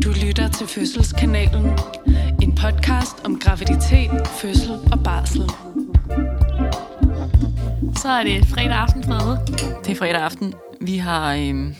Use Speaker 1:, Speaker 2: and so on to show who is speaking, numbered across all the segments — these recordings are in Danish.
Speaker 1: Du lytter til Fødselskanalen. En podcast om graviditet, fødsel og barsel.
Speaker 2: Så er det fredag aften, Frede.
Speaker 3: Det er fredag aften. Vi har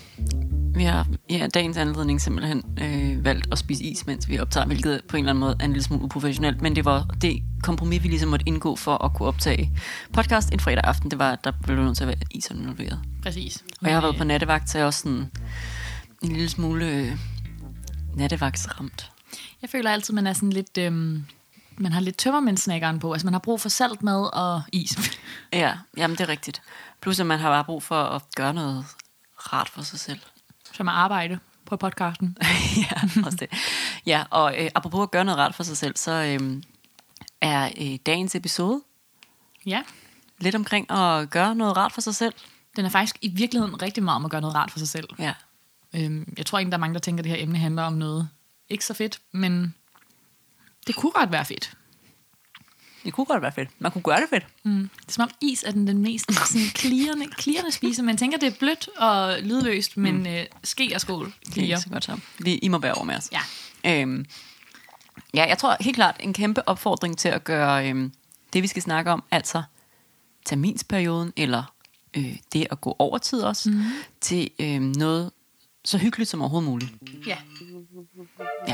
Speaker 3: dagens anledning simpelthen valgt at spise is, mens vi optager, hvilket på en eller anden måde er en lille smule uprofessionelt. Men det var det kompromis, vi ligesom måtte indgå for at kunne optage podcast en fredag aften. Det var, der blev nødt til at være is involveret.
Speaker 2: Præcis.
Speaker 3: Og jeg har været på nattevagt, så jeg er også sådan en lille smule nattevagtsramt.
Speaker 2: Jeg føler altid, man er sådan lidt... man har lidt tømmermændsnakkeren på. Altså, man har brug for salt, mad og is.
Speaker 3: Ja, jamen det er rigtigt. Plus, at man har bare brug for at gøre noget rart for sig selv.
Speaker 2: Som at arbejde på podcasten.
Speaker 3: Ja, også det. Ja, og apropos at gøre noget rart for sig selv, så er dagens episode
Speaker 2: Ja.
Speaker 3: lidt omkring at gøre noget rart for sig selv.
Speaker 2: Den er faktisk i virkeligheden rigtig meget om at gøre noget rart for sig selv.
Speaker 3: Ja.
Speaker 2: Jeg tror ikke, der er mange, der tænker, at det her emne handler om noget ikke så fedt, men det kunne godt være fedt.
Speaker 3: Det kunne godt være fedt. Man kunne gøre det fedt.
Speaker 2: Det er som om is er den mest sådan, klirrende spise. Man tænker, det er blødt og lydløst, men ske og skål klirer.
Speaker 3: Så godt så. I må bære over med os.
Speaker 2: Ja.
Speaker 3: Ja, jeg tror helt klart en kæmpe opfordring til at gøre det, vi skal snakke om, altså terminsperioden, eller det at gå over tid også, til noget så hyggeligt som overhovedet muligt.
Speaker 2: Ja.
Speaker 3: Ja.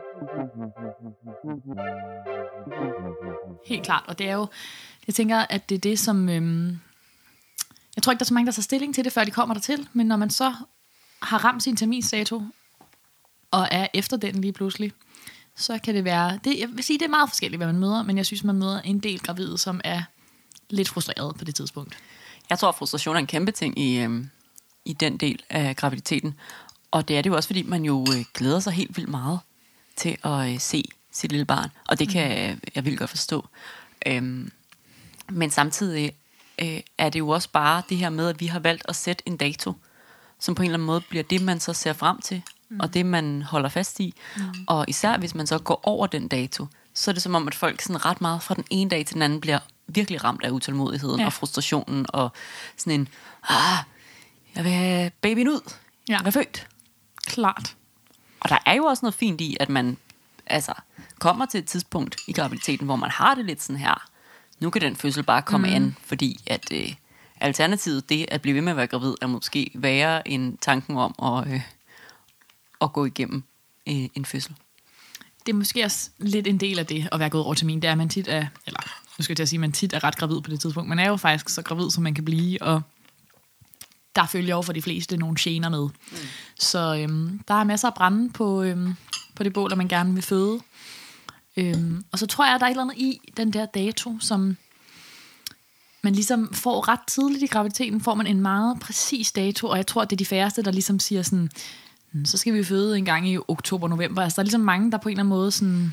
Speaker 2: Helt klart, og det er jo, jeg tænker, at det er det, som, jeg tror ikke, der er så mange, der tager stilling til det, før de kommer dertil, men når man så har ramt sin terminsdato, og er efter den lige pludselig, så kan det være, jeg vil sige, det er meget forskelligt, hvad man møder, men jeg synes, man møder en del gravide, som er lidt frustreret på det tidspunkt.
Speaker 3: Jeg tror, at frustration er en kæmpe ting i den del af graviditeten, og det er det jo også, fordi man jo glæder sig helt vildt meget til at se sit lille barn, og det kan jeg vildt godt forstå. Men samtidig er det jo også bare det her med, at vi har valgt at sætte en dato, som på en eller anden måde bliver det, man så ser frem til, og det, man holder fast i. Og især hvis man så går over den dato, så er det som om, at folk sådan ret meget fra den ene dag til den anden bliver virkelig ramt af utålmodigheden og frustrationen, og sådan en, jeg vil have babyen ud. Jeg er født.
Speaker 2: Klart.
Speaker 3: Og der er jo også noget fint i, at man kommer til et tidspunkt i graviditeten, hvor man har det lidt sådan her. Nu kan den fødsel bare komme an, fordi at alternativet, det at blive ved med at være gravid, er måske værre end tanken om at gå igennem en fødsel.
Speaker 2: Det er måske også lidt en del af det at være gået over termin. Det er, at man tit er, eller nu skal jeg til at sige, at man tit er ret gravid på det tidspunkt. Man er jo faktisk så gravid, som man kan blive, og der følger jo for de fleste nogle gener med. Så der er masser af brænde på det bål, at man gerne vil føde. Og så tror jeg, at der er et eller andet i den der dato, som man ligesom får ret tidligt i graviditeten, får man en meget præcis dato, og jeg tror, at det er de færreste, der ligesom siger sådan, så skal vi føde en gang i oktober-november. Altså der er ligesom mange, der på en eller anden måde sådan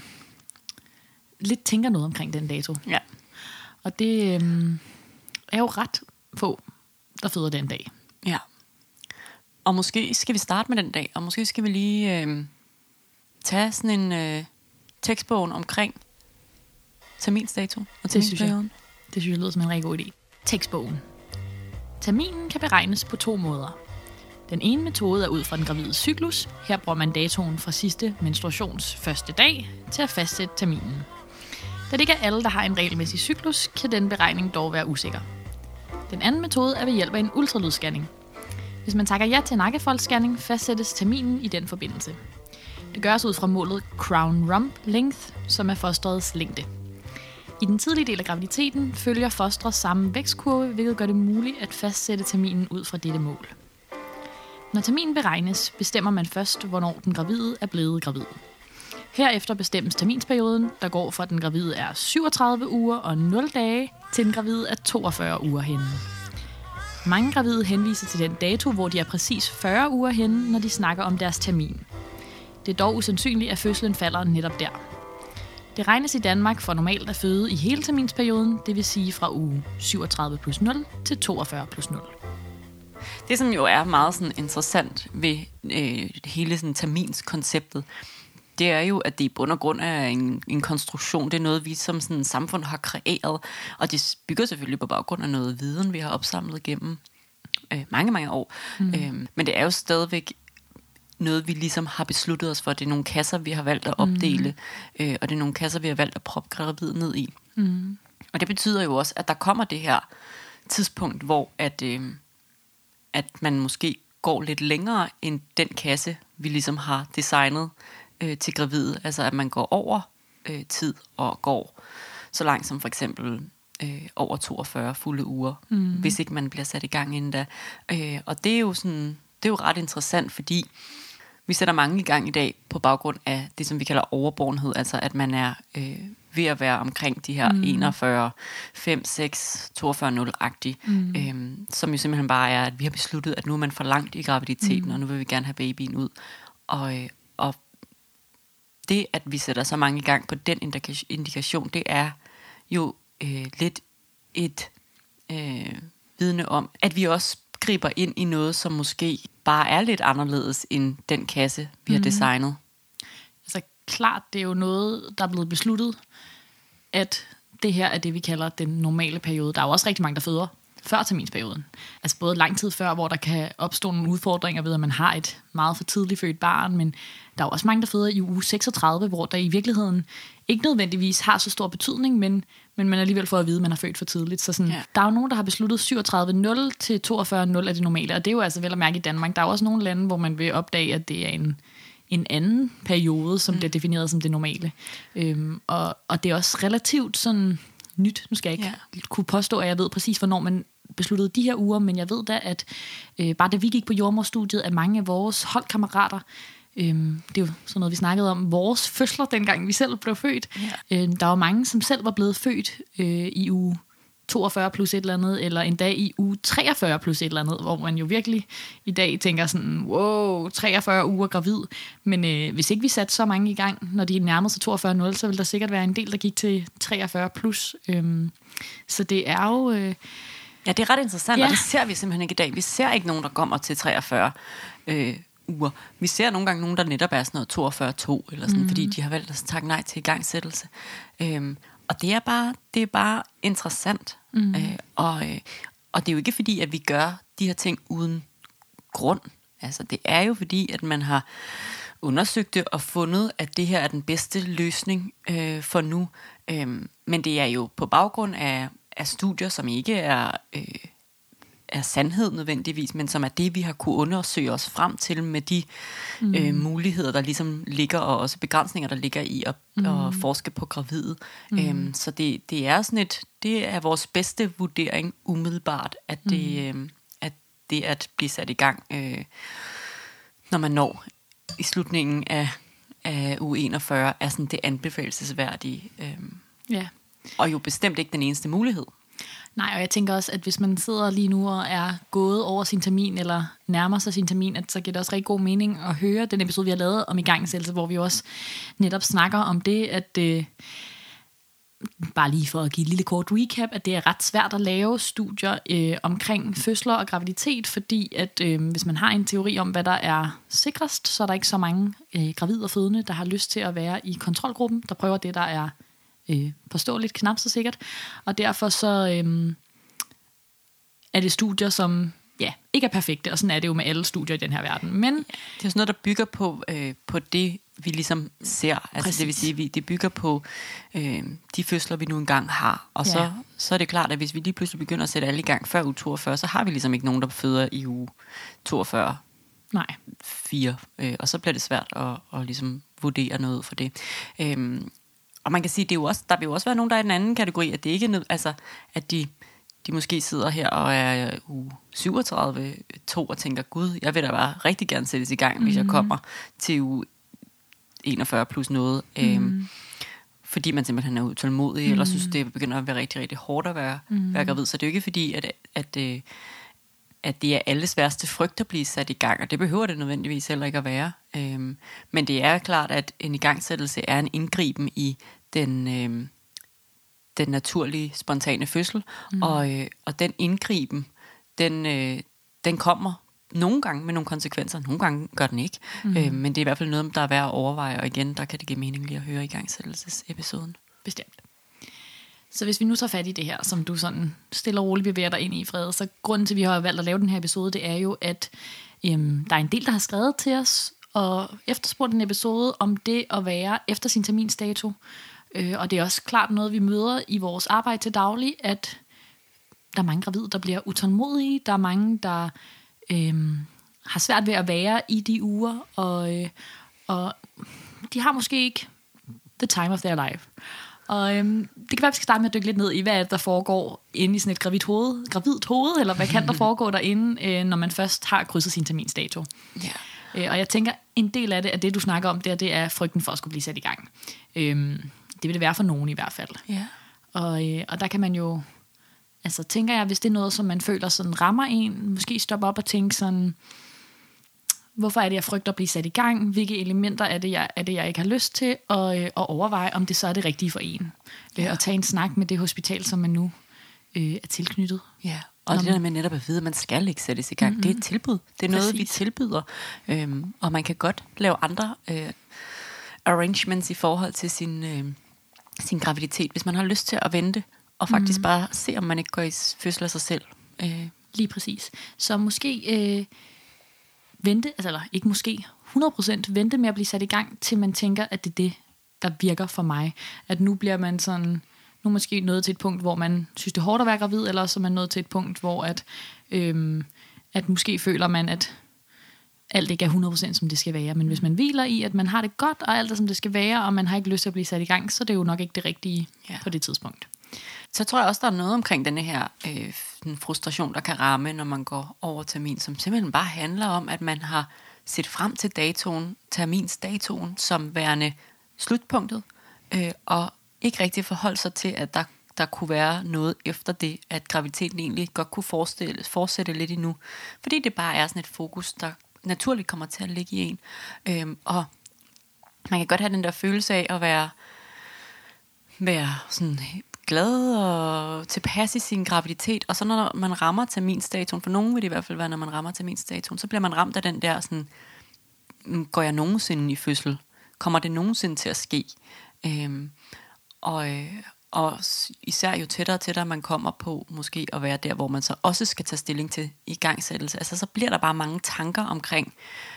Speaker 2: lidt tænker noget omkring den dato.
Speaker 3: Ja.
Speaker 2: Og det er jo ret få, der føder den dag.
Speaker 3: Ja. Og måske skal vi starte med den dag, og måske skal vi lige tage sådan en tekstbogen omkring terminsdato og terminsperioden.
Speaker 2: Det synes jeg lyder som en rigtig god idé. Tekstbogen. Terminen kan beregnes på 2 måder. Den ene metode er ud fra den gravide cyklus. Her bruger man datoen fra sidste menstruations første dag til at fastsætte terminen. Da det ikke er alle, der har en regelmæssig cyklus, kan den beregning dog være usikker. Den anden metode er ved hjælp af en ultralydsscanning. Hvis man takker ja til nakkefoldsscanning, fastsættes terminen i den forbindelse. Det gøres ud fra målet crown rump length, som er fosterets længde. I den tidlige del af graviditeten følger fosteret samme vækstkurve, hvilket gør det muligt at fastsætte terminen ud fra dette mål. Når terminen beregnes, bestemmer man først, hvornår den gravide er blevet gravid. Herefter bestemmes terminsperioden, der går fra den gravide er 37 uger og 0 dage, til den gravide er 42 uger henne. Mange gravide henviser til den dato, hvor de er præcis 40 uger henne, når de snakker om deres termin. Det er dog usandsynligt, at fødslen falder netop der. Det regnes i Danmark for normalt at føde i hele terminsperioden, det vil sige fra uge 37 plus 0 til 42 plus 0.
Speaker 3: Det, som jo er meget sådan interessant ved hele sådan terminskonceptet, det er jo, at det i bund og grund er en konstruktion. Det er noget, vi som sådan samfund har kreeret, og det bygger selvfølgelig på baggrund af noget viden, vi har opsamlet gennem mange, mange år. Men det er jo stadigvæk noget, vi ligesom har besluttet os for. Det er nogle kasser, vi har valgt at opdele, og det er nogle kasser, vi har valgt at proppe gravide ned i. Og det betyder jo også, at der kommer det her tidspunkt, hvor at man måske går lidt længere end den kasse, vi ligesom har designet til gravide. Altså at man går over tid og går så langt som for eksempel over 42 fulde uger, hvis ikke man bliver sat i gang inden da. Og det er jo sådan, det er jo ret interessant, fordi vi sætter mange i gang i dag på baggrund af det, som vi kalder overborgenhed, altså at man er ved at være omkring de her 41, 5, 6, 42, 0-agtige, som jo simpelthen bare er, at vi har besluttet, at nu er man for langt i graviditeten, og nu vil vi gerne have babyen ud. Og det, at vi sætter så mange i gang på den indikation, det er jo lidt et vidne om, at vi også griber ind i noget, som måske bare er lidt anderledes end den kasse, vi har designet.
Speaker 2: Altså klart, det er jo noget, der er blevet besluttet, at det her er det, vi kalder den normale periode. Der er jo også rigtig mange, der føder før terminsperioden. Altså både lang tid før, hvor der kan opstå nogle udfordringer ved, at man har et meget for tidligt født barn, men der er også mange, der føder i uge 36, hvor der i virkeligheden ikke nødvendigvis har så stor betydning, men man alligevel får at vide, at man har født for tidligt. Så sådan, der er jo nogen, der har besluttet 37,0 til 42,0 er det normale, og det er jo altså vel at mærke i Danmark. Der er også nogle lande, hvor man vil opdage, at det er en anden periode, som bliver defineret som det normale. Og det er også relativt sådan nyt. Nu skal jeg ikke kunne påstå, at jeg ved præcis, hvornår man besluttede de her uger, men jeg ved da, at bare da vi gik på jordemoderstudiet, at mange af vores holdkammerater, det er jo sådan noget, vi snakkede om, vores fødsler, dengang vi selv blev født. Der var mange, som selv var blevet født i uge 42 plus et eller andet, eller endda i uge 43 plus et eller andet, hvor man jo virkelig i dag tænker sådan, wow, 43 uger gravid. Men hvis ikke vi satte så mange i gang, når de nærmede sig 42,0, så ville der sikkert være en del, der gik til 43 plus. Så det er jo...
Speaker 3: Ja, det er ret interessant, og det ser vi simpelthen ikke i dag. Vi ser ikke nogen, der kommer til 43 uger. Vi ser nogle gange nogen, der netop er sådan noget 42,2, eller sådan, fordi de har valgt at takke nej til igangsættelse. Og det er bare interessant. Og det er jo ikke fordi, at vi gør de her ting uden grund. Altså, det er jo fordi, at man har undersøgt det og fundet, at det her er den bedste løsning for nu. Men det er jo på baggrund af studier, som ikke er sandhed nødvendigvis, men som er det, vi har kunne undersøge os frem til med de muligheder, der ligesom ligger, og også begrænsninger, der ligger i at forske på gravide. Så det er sådan det er vores bedste vurdering umiddelbart, at det at blive sat i gang, når man når i slutningen af uge 41, er sådan det anbefalelsesværdige. Og jo bestemt ikke den eneste mulighed.
Speaker 2: Nej, og jeg tænker også, at hvis man sidder lige nu og er gået over sin termin, eller nærmer sig sin termin, at så giver det også rigtig god mening at høre den episode, vi har lavet om igangsættelse, hvor vi også netop snakker om det, at bare lige for at give et lille kort recap, at det er ret svært at lave studier omkring fødsler og graviditet, fordi at hvis man har en teori om, hvad der er sikrest, så er der ikke så mange gravide og fødende, der har lyst til at være i kontrolgruppen, der prøver det, der er påståeligt, knap så sikkert. Og derfor så er det studier, som ikke er perfekte, og sådan er det jo med alle studier i den her verden. Men
Speaker 3: det er sådan noget, der bygger på det, vi ligesom ser. Altså det vil sige, det bygger på de fødsler, vi nu engang har. Og så er det klart, at hvis vi lige pludselig begynder at sætte alle i gang før uge 42, så har vi ligesom ikke nogen, der føder i uge 42.
Speaker 2: Nej.
Speaker 3: 4. Og så bliver det svært at ligesom vurdere noget for det. Og man kan sige, der vil jo også være nogen, der er i den anden kategori, at det ikke er altså at de måske sidder her og er uge 37-2 og tænker, gud, jeg vil da bare rigtig gerne sættes i gang, hvis jeg kommer til uge 41 plus noget. Fordi man simpelthen er utålmodig, eller synes, det begynder at være rigtig, rigtig hårdt at være gravid. Så det er jo ikke fordi, at det er alles værste frygt at blive sat i gang, og det behøver det nødvendigvis heller ikke at være. Men det er klart, at en igangsættelse er en indgriben i den naturlige, spontane fødsel, og den indgriben, den kommer nogle gange med nogle konsekvenser, nogle gange gør den ikke, men det er i hvert fald noget, der er værd at overveje, og igen, der kan det give mening lige at høre igangsættelsesepisoden.
Speaker 2: Bestemt. Så hvis vi nu tager fat i det her, som du sådan stille og roligt bevæger dig ind i, Frede, så grunden til, at vi har valgt at lave den her episode, det er jo, at der er en del, der har skrevet til os og efterspurgte en episode om det at være efter sin terminsdato. Og det er også klart noget, vi møder i vores arbejde til daglig, at der er mange gravide, der bliver utålmodige. Der er mange, der har svært ved at være i de uger, og de har måske ikke the time of their life. Og det kan være, at vi skal starte med at dykke lidt ned i, hvad er det, der foregår inde i sådan et gravidt hoved, eller hvad kan der foregå derinde, når man først har krydset sin terminsdato. Yeah. Og jeg tænker, en del af det, at det du snakker om der, det er frygten for at skulle blive sat i gang. Det vil det være for nogen i hvert fald. Yeah. Og der kan man jo, altså tænker jeg, hvis det er noget, som man føler sådan rammer en, måske stoppe op og tænke sådan, hvorfor er det, jeg frygter at blive sat i gang? Hvilke elementer er det, jeg ikke har lyst til? Og overveje, om det så er det rigtige for en. Og tage en snak med det hospital, som man nu er tilknyttet.
Speaker 3: Ja, og det der med netop at vide, at man skal ikke sættes i gang. Det er et tilbud. Det er noget, vi tilbyder. Og man kan godt lave andre arrangements i forhold til sin graviditet, hvis man har lyst til at vente, og faktisk bare se, om man ikke går i fødsel af sig selv.
Speaker 2: Lige præcis. Så måske vente, altså eller ikke måske, 100% vente med at blive sat i gang, til man tænker, at det er det, der virker for mig. At nu bliver man sådan, nu måske nået til et punkt, hvor man synes, det er hårdt at være gravid, eller så er man nået til et punkt, hvor at måske føler man, at alt ikke er 100% som det skal være. Men hvis man hviler i, at man har det godt, og alt er som det skal være, og man har ikke lyst til at blive sat i gang, så er det jo nok ikke det rigtige på det tidspunkt.
Speaker 3: Så tror jeg også, der er noget omkring denne her frustration, der kan ramme, når man går over termin, som simpelthen bare handler om, at man har set frem til terminsdatoen, som værende slutpunktet, og ikke rigtig forholdt sig til, at der kunne være noget efter det, at graviditeten egentlig godt kunne fortsætte lidt endnu. Fordi det bare er sådan et fokus, der naturligt kommer til at ligge i en. Og man kan godt have den der følelse af at være sådan glad og tilpas i sin graviditet, og så når man rammer terminsdatoen, for nogen vil det i hvert fald være, når man rammer terminsdatoen, så bliver man ramt af den der sådan, går jeg nogensinde i fødsel? Kommer det nogensinde til at ske? Og især jo tættere man kommer på måske at være der, hvor man så også skal tage stilling til igangsættelse, altså så bliver der bare mange tanker omkring,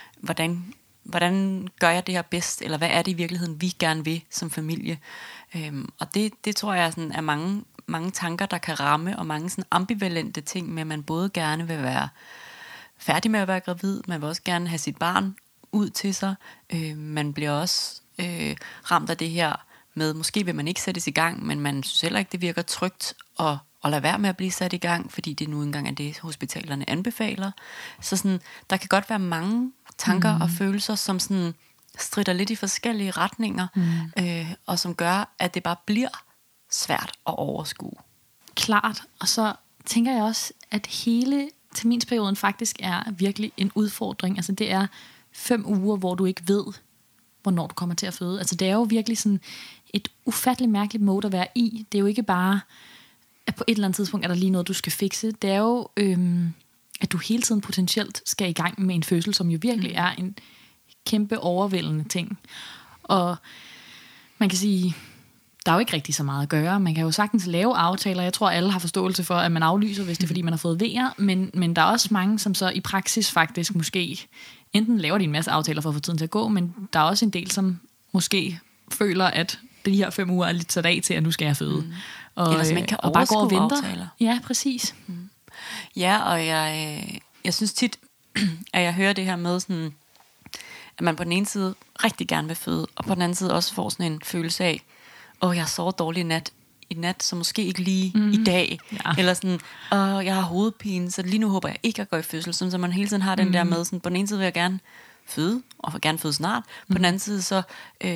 Speaker 3: hvordan gør jeg det her bedst, eller hvad er det i virkeligheden, vi gerne vil som familie. Og det tror jeg sådan, er mange tanker, der kan ramme, og mange sådan ambivalente ting med, at man både gerne vil være færdig med at være gravid, man vil også gerne have sit barn ud til sig, man bliver også ramt af det her med, måske vil man ikke sættes i gang, men man synes heller ikke, det virker trygt at lade være med at blive sat i gang, fordi det nu engang er det, hospitalerne anbefaler. Så sådan, der kan godt være mange tanker og følelser, som sådan stritter lidt i forskellige retninger, og som gør, at det bare bliver svært at overskue.
Speaker 2: Klart, og så tænker jeg også, at hele terminsperioden faktisk er virkelig en udfordring. Altså det er 5 uger, hvor du ikke ved, hvornår du kommer til at føde. Altså det er jo virkelig sådan et ufatteligt mærkeligt mode at være i. Det er jo ikke bare, at på et eller andet tidspunkt er der lige noget, du skal fikse. Det er jo, at du hele tiden potentielt skal i gang med en fødsel, som jo virkelig er en kæmpe overvældende ting. Og man kan sige, der er jo ikke rigtig så meget at gøre. Man kan jo sagtens lave aftaler. Jeg tror, alle har forståelse for, at man aflyser, hvis det er, fordi man har fået vejer. Men der er også mange, som så i praksis faktisk måske enten laver de en masse aftaler for at få tiden til at gå, men der er også en del, som måske føler, at de her 5 uger er lidt sat af til, at nu skal jeg føde.
Speaker 3: Eller som ikke kan
Speaker 2: og bare går og venter.
Speaker 3: Aftaler.
Speaker 2: Ja, præcis.
Speaker 3: Ja, og jeg synes tit, at jeg hører det her med sådan, at man på den ene side rigtig gerne vil føde, og på den anden side også får sådan en følelse af, jeg har sovet dårligt i nat, så måske ikke lige i dag. Ja. Eller sådan, jeg har hovedpine, så lige nu håber jeg ikke at gå i fødsel. Så man hele tiden har den der med, sådan, på den ene side vil jeg gerne føde, og gerne føde snart. På den anden side, så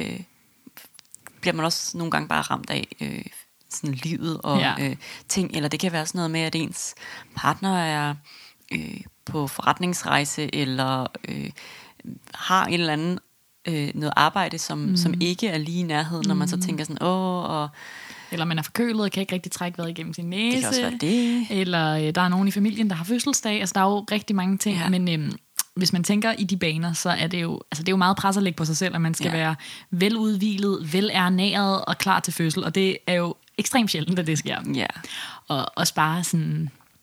Speaker 3: bliver man også nogle gange bare ramt af sådan livet og ting. Eller det kan være sådan noget med, at ens partner er på forretningsrejse, eller har en eller anden noget arbejde, som ikke er lige i nærheden, når man så tænker sådan,
Speaker 2: eller man er forkølet og kan ikke rigtig trække vejret igennem sin næse.
Speaker 3: Det kan også være det.
Speaker 2: Eller der er nogen i familien, der har fødselsdag. Altså der er jo rigtig mange ting, men hvis man tænker i de baner, så er det jo, altså det er jo meget pres at lægge på sig selv, at man skal være veludhvilet, velernæret og klar til fødsel, og det er jo ekstremt sjældent, at det sker. Ja. Og også bare sådan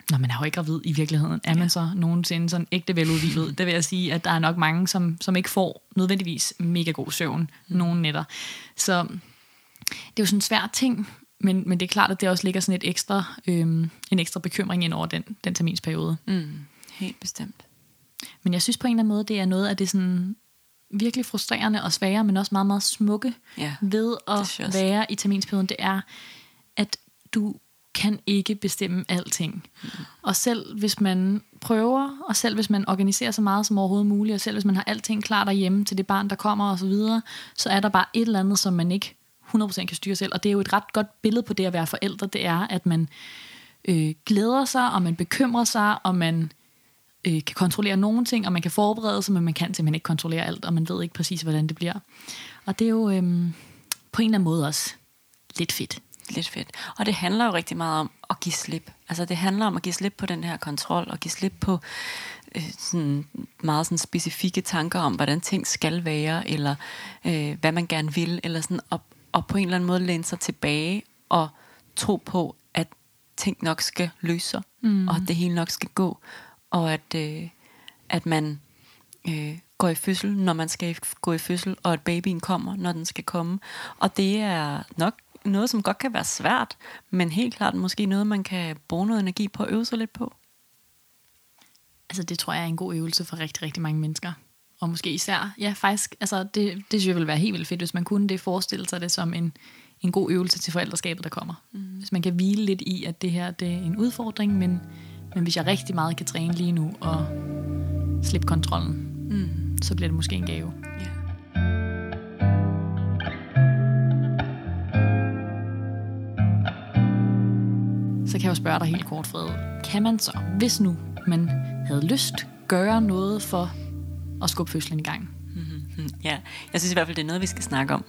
Speaker 2: når man er højgravid i virkeligheden, er man så nogensinde sådan ægte veludhvilet? Det vil jeg sige, at der er nok mange, som ikke får nødvendigvis mega god søvn nogle nætter. Så det er jo sådan en svær ting, men det er klart, at det også ligger sådan en ekstra bekymring ind over den terminsperiode.
Speaker 3: Helt bestemt.
Speaker 2: Men jeg synes på en eller anden måde, det er noget af det sådan virkelig frustrerende og svære, men også meget, meget smukke ved at være i terminsperioden. Det er, at du kan ikke bestemme alting. Og selv hvis man prøver, og selv hvis man organiserer så meget som overhovedet muligt, og selv hvis man har alting klar derhjemme til det barn, der kommer og så videre, så er der bare et eller andet, som man ikke 100% kan styre selv. Og det er jo et ret godt billede på det at være forældre. Det er, at man glæder sig, og man bekymrer sig, og man kan kontrollere nogle ting, og man kan forberede sig, men man kan simpelthen ikke kontrollere alt, og man ved ikke præcis, hvordan det bliver. Og det er jo på en eller anden måde også lidt fedt.
Speaker 3: Lidt fedt. Og det handler jo rigtig meget om at give slip. Altså det handler om at give slip på den her kontrol, og give slip på sådan meget sådan specifikke tanker om, hvordan ting skal være, eller hvad man gerne vil, eller sådan, og på en eller anden måde læne sig tilbage og tro på, at ting nok skal løse sig, og at det hele nok skal gå, og at man går i fødsel, når man skal gå i fødsel, og at babyen kommer, når den skal komme. Og det er nok noget, som godt kan være svært, men helt klart måske noget, man kan bruge noget energi på at øve sig lidt på.
Speaker 2: Altså det tror jeg er en god øvelse for rigtig, rigtig mange mennesker. Og måske især, ja faktisk, altså det synes jeg ville være helt vildt fedt, hvis man kunne det forestille sig det som en god øvelse til forældreskabet, der kommer. Hvis man kan hvile lidt i, at det her det er en udfordring, men hvis jeg rigtig meget kan træne lige nu og slippe kontrollen, så bliver det måske en gave.
Speaker 3: Ja.
Speaker 2: Så kan jeg jo spørge dig helt kort, Frede. Kan man så, hvis nu man havde lyst, gøre noget for at skubbe fødslen i gang?
Speaker 3: Ja, jeg synes i hvert fald, det er noget, vi skal snakke om.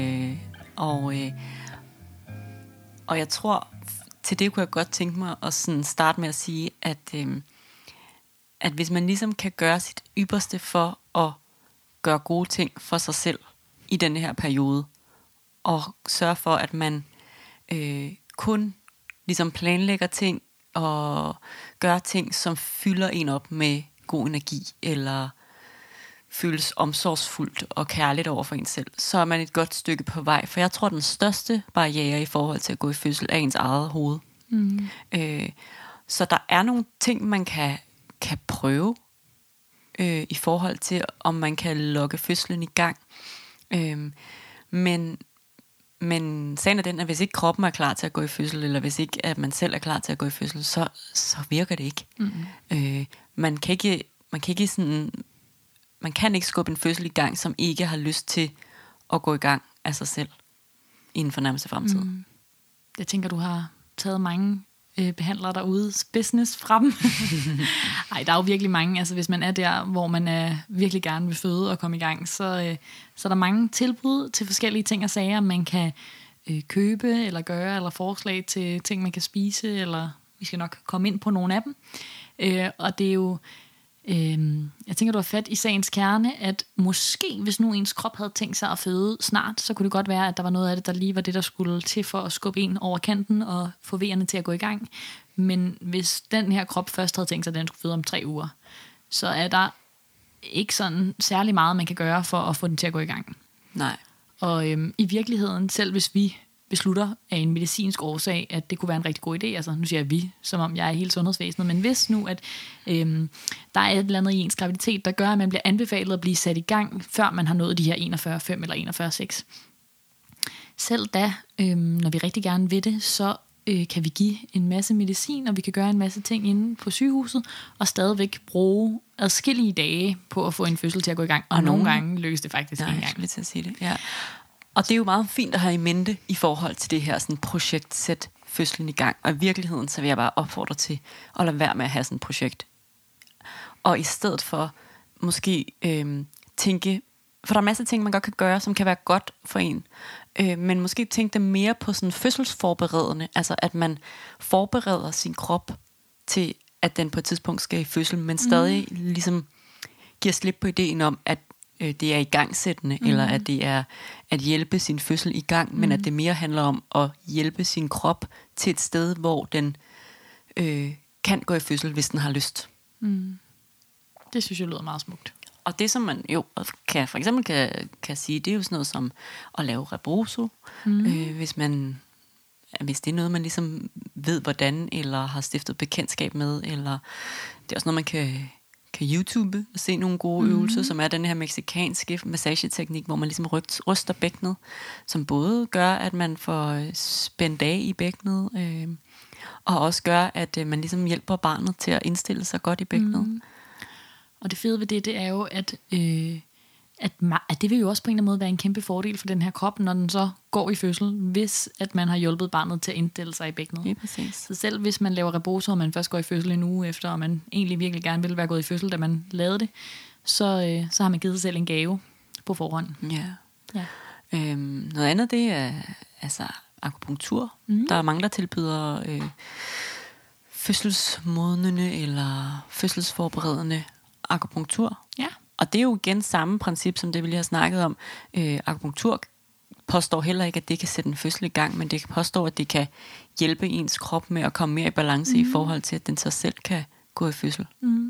Speaker 3: Og jeg tror, til det kunne jeg godt tænke mig at sådan starte med at sige, at hvis man ligesom kan gøre sit ypperste for at gøre gode ting for sig selv i denne her periode, og sørge for, at man kun ligesom planlægger ting og gør ting, som fylder en op med god energi, eller føles omsorgsfuldt og kærligt over for en selv, så er man et godt stykke på vej. For jeg tror, den største barriere i forhold til at gå i fødsel er ens eget hoved. Så der er nogle ting, man kan prøve i forhold til, om man kan lokke fødslen i gang. Men sagen er den, at hvis ikke kroppen er klar til at gå i fødsel, eller hvis ikke at man selv er klar til at gå i fødsel, så virker det ikke. Man kan ikke skubbe en fødsel i gang, som ikke har lyst til at gå i gang af sig selv inden for nærmeste fremtid.
Speaker 2: Jeg tænker, du har taget mange behandlere derudes business fra dem. Ej, der er jo virkelig mange. Altså, hvis man er der, hvor man virkelig gerne vil føde og komme i gang, så er der mange tilbud til forskellige ting og sager, man kan købe eller gøre, eller forslag til ting, man kan spise, eller vi skal nok komme ind på nogle af dem. Og det er jo jeg tænker, du har fat i sagens kerne, at måske, hvis nu ens krop havde tænkt sig at føde snart, så kunne det godt være, at der var noget af det, der lige var det, der skulle til for at skubbe en over kanten og få vejerne til at gå i gang. Men hvis den her krop først havde tænkt sig, at den skulle føde om 3 uger, så er der ikke sådan særlig meget, man kan gøre for at få den til at gå i gang.
Speaker 3: Nej.
Speaker 2: Og i virkeligheden, selv hvis vi beslutter af en medicinsk årsag, at det kunne være en rigtig god idé. Altså, nu siger jeg vi, som om jeg er hele sundhedsvæsenet, men hvis nu, at der er et eller andet i ens graviditet, der gør, at man bliver anbefalet at blive sat i gang, før man har nået de her 41,5 eller 41,6. Selv da, når vi rigtig gerne vil det, så kan vi give en masse medicin, og vi kan gøre en masse ting inde på sygehuset, og stadigvæk bruge adskillige dage på at få en fødsel til at gå i gang. Og nogle gange lykkes det faktisk ikke engang.
Speaker 3: Jeg skulle til at sige det, ja. Og det er jo meget fint at have i mente i forhold til det her sådan projekt, sæt fødslen i gang. Og i virkeligheden, så vil jeg bare opfordre til at lade være med at have sådan et projekt. Og i stedet for måske tænke, for der er masser af ting, man godt kan gøre, som kan være godt for en. Men måske tænke det mere på sådan fødselsforberedende. Altså at man forbereder sin krop til, at den på et tidspunkt skal i fødsel, men stadig ligesom giver slip på ideen om, at det er igangsættende, eller at det er at hjælpe sin fødsel i gang, men at det mere handler om at hjælpe sin krop til et sted, hvor den kan gå i fødsel, hvis den har lyst.
Speaker 2: Det synes jeg lyder meget smukt.
Speaker 3: Og det, som man jo kan, for eksempel kan sige, det er jo sådan noget som at lave rebozo, hvis det er noget, man ligesom ved, hvordan, eller har stiftet bekendtskab med, eller det er også noget, man kan YouTube og se nogle gode øvelser, som er den her mexikanske massageteknik, hvor man ligesom ryster bækkenet, som både gør, at man får spændt af i bækkenet, og også gør, at man ligesom hjælper barnet til at indstille sig godt i bækkenet.
Speaker 2: Og det fede ved det er jo, at det vil jo også på en eller anden måde være en kæmpe fordel for den her krop, når den så går i fødsel, hvis at man har hjulpet barnet til at indstille sig i bækkenet.
Speaker 3: Ja, præcis.
Speaker 2: Så selv hvis man laver rebozo, og man først går i fødsel en uge efter, og man egentlig virkelig gerne ville være gået i fødsel, da man lavede det, så har man givet sig selv en gave på forhånd.
Speaker 3: Ja. Noget andet, det er altså akupunktur. Der er mange, der tilbyder fødselsmodnende eller fødselsforberedende akupunktur.
Speaker 2: Ja.
Speaker 3: Og det er jo igen samme princip, som det vi lige har snakket om. Akupunktur påstår heller ikke, at det kan sætte en fødsel i gang, men det påstår, at det kan hjælpe ens krop med at komme mere i balance i forhold til, at den så selv kan gå i fødsel.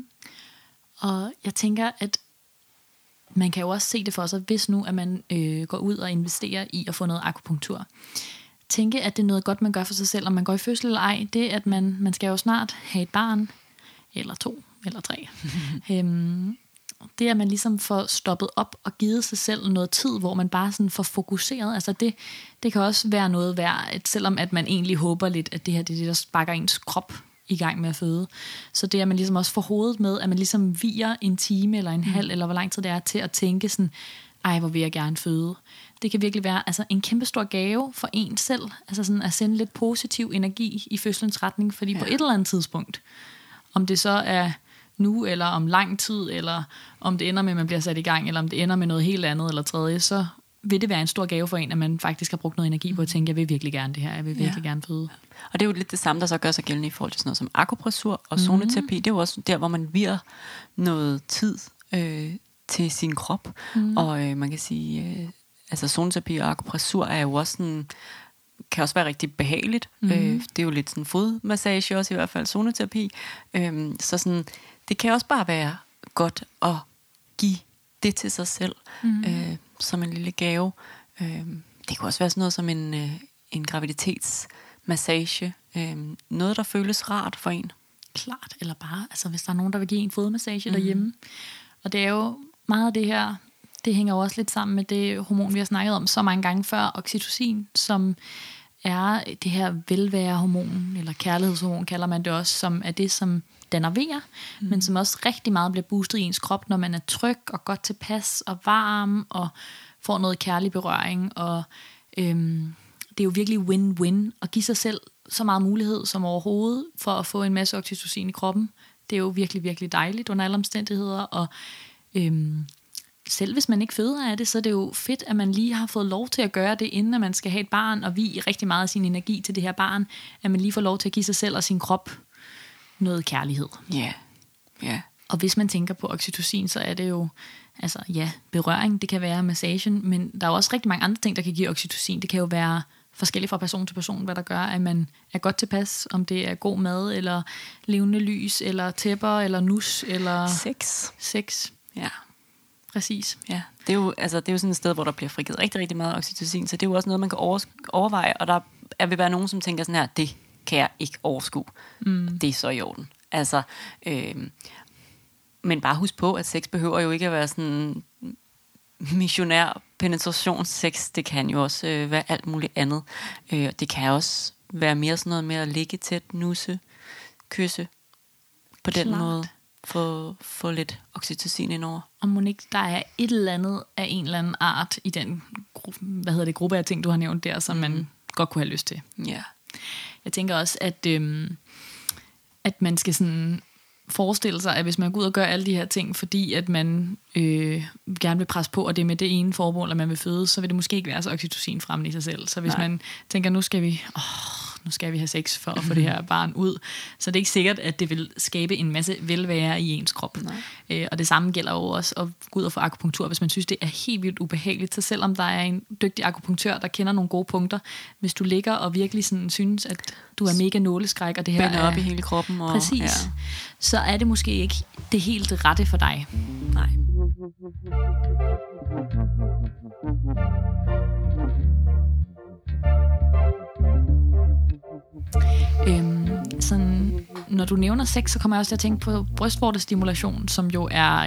Speaker 2: Og jeg tænker, at man kan jo også se det for sig, hvis nu at man går ud og investerer i at få noget akupunktur. Tænke, at det er noget godt, man gør for sig selv, om man går i fødsel eller ej, det at man skal jo snart have et barn, eller 2, eller 3. Det at man ligesom får stoppet op og givet sig selv noget tid, hvor man bare sådan får fokuseret, altså det kan også være noget værd, at selvom at man egentlig håber lidt, at det her det er det, der sparker ens krop i gang med at føde. Så det at man ligesom også får hovedet med, at man ligesom viger en time eller en halv, eller hvor lang tid det er til at tænke sådan, ej, hvor vil jeg gerne føde. Det kan virkelig være altså en kæmpe stor gave for en selv, altså sådan at sende lidt positiv energi i fødselens retning, fordi på et eller andet tidspunkt, om det så er nu, eller om lang tid, eller om det ender med, at man bliver sat i gang, eller om det ender med noget helt andet eller tredje, så vil det være en stor gave for en, at man faktisk har brugt noget energi på at tænke, jeg vil virkelig gerne det her, jeg vil virkelig gerne føde.
Speaker 3: Og det er jo lidt det samme, der så gør sig gældende i forhold til sådan noget som akupressur og zoneterapi. Det er jo også der, hvor man virer noget tid til sin krop. Og man kan sige, altså zoneterapi og akupressur er jo også sådan, kan også være rigtig behageligt. Det er jo lidt sådan fodmassage også, i hvert fald zoneterapi. Så sådan, det kan også bare være godt at give det til sig selv, som en lille gave. Det kan også være sådan noget som en graviditetsmassage. Noget, der føles rart for en.
Speaker 2: Klart, eller bare, altså hvis der er nogen, der vil give en fodmassage derhjemme. Og det er jo meget af det her, det hænger jo også lidt sammen med det hormon, vi har snakket om så mange gange før, oxytocin, som er det her velværehormon, eller kærlighedshormon kalder man det også, som er det, som danner vejer, men som også rigtig meget bliver boostet i ens krop, når man er tryg og godt tilpas og varm og får noget kærlig berøring. Og det er jo virkelig win-win at give sig selv så meget mulighed som overhovedet for at få en masse oxytocin i kroppen. Det er jo virkelig, virkelig dejligt under alle omstændigheder, og selv hvis man ikke føder af det, så er det jo fedt, at man lige har fået lov til at gøre det, inden at man skal have et barn, og vie rigtig meget af sin energi til det her barn, at man lige får lov til at give sig selv og sin krop noget kærlighed.
Speaker 3: Ja.
Speaker 2: Og hvis man tænker på oxytocin, så er det jo, altså ja, berøring, det kan være massagen, men der er også rigtig mange andre ting, der kan give oxytocin. Det kan jo være forskelligt fra person til person, hvad der gør, at man er godt tilpas, om det er god mad, eller levende lys, eller tæpper, eller nus, eller sex.
Speaker 3: Ja.
Speaker 2: Præcis.
Speaker 3: Ja, det er jo sådan et sted, hvor der bliver frigivet rigtig, rigtig meget oxytocin, så det er jo også noget, man kan overveje, og der vil være nogen, som tænker sådan her, det kan jeg ikke overskue. Det er så i orden. Altså, men bare husk på, at sex behøver jo ikke at være sådan missionær penetrationssex. Det kan jo også være alt muligt andet. Det kan også være mere sådan noget med at ligge tæt, nusse, kysse på den måde. Få lidt oxytocin indover.
Speaker 2: Og Monique, der er et eller andet af en eller anden art i den gruppe af ting, du har nævnt der, som man godt kunne have lyst til.
Speaker 3: Ja.
Speaker 2: Jeg tænker også, at man skal sådan forestille sig, at hvis man går ud og gør alle de her ting, fordi at man gerne vil presse på, og det er med det ene formål, at man vil føde, så vil det måske ikke være så oxytocin fremme i sig selv. Så hvis man tænker, nu skal vi have sex for at få det her barn ud. Så det er ikke sikkert, at det vil skabe en masse velvære i ens krop. Og det samme gælder jo også at gå ud og få akupunktur, hvis man synes, det er helt vildt ubehageligt. Så selvom der er en dygtig akupunktør, der kender nogle gode punkter, hvis du ligger og virkelig sådan synes, at du er mega nåleskræk, og det her
Speaker 3: er op i hele kroppen. Og,
Speaker 2: præcis. Så er det måske ikke det helt rette for dig.
Speaker 3: Nej.
Speaker 2: Sådan, når du nævner sex, så kommer jeg også til at tænke på brystvortestimulation, som jo er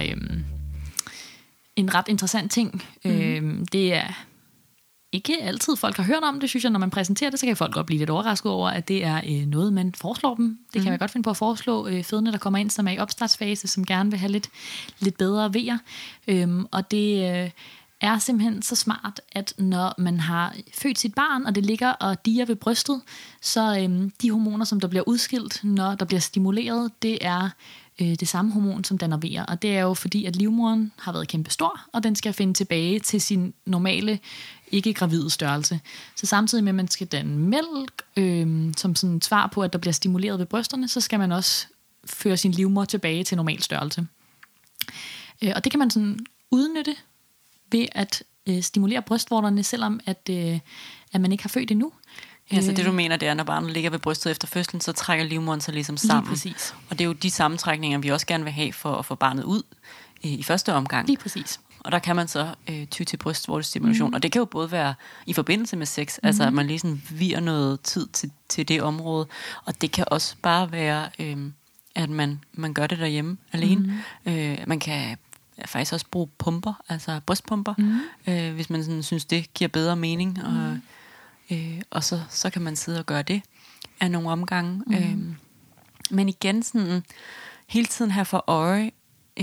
Speaker 2: en ret interessant ting. Det er ikke altid folk har hørt om det, synes jeg. Når man præsenterer det, så kan folk godt blive lidt overrasket over, at det er noget, man foreslår dem. Det kan man godt finde på at foreslå fødende, der kommer ind, som er i opstartsfase, som gerne vil have lidt bedre vejer. Og det er simpelthen så smart, at når man har født sit barn, og det ligger og diger ved brystet, så de hormoner, som der bliver udskilt, når der bliver stimuleret, det er det samme hormon, som danner vejer. Og det er jo fordi, at livmoderen har været kæmpe stor, og den skal finde tilbage til sin normale, ikke gravide størrelse. Så samtidig med, at man skal danne mælk, som sådan et svar på, at der bliver stimuleret ved brysterne, så skal man også føre sin livmoder tilbage til normal størrelse. Og det kan man sådan udnytte ved at stimulere brystvorterne, selvom at man ikke har født endnu.
Speaker 3: Ja, så det du mener, det er, når barnet ligger ved brystet efter fødslen, så trækker livmoderen sig ligesom sammen.
Speaker 2: Lige præcis.
Speaker 3: Og det er jo de sammentrækninger, vi også gerne vil have for at få barnet ud i første omgang.
Speaker 2: Lige præcis.
Speaker 3: Og der kan man så ty til brystvortestimulation. Og det kan jo både være i forbindelse med sex, altså at man lige sådan viger noget tid til det område. Og det kan også bare være, at man gør det derhjemme alene. Man kan faktisk også bruge pumper, altså brystpumper, hvis man sådan synes, det giver bedre mening. Og så kan man sidde og gøre det af nogle omgange. Men igen sådan hele tiden her for øje,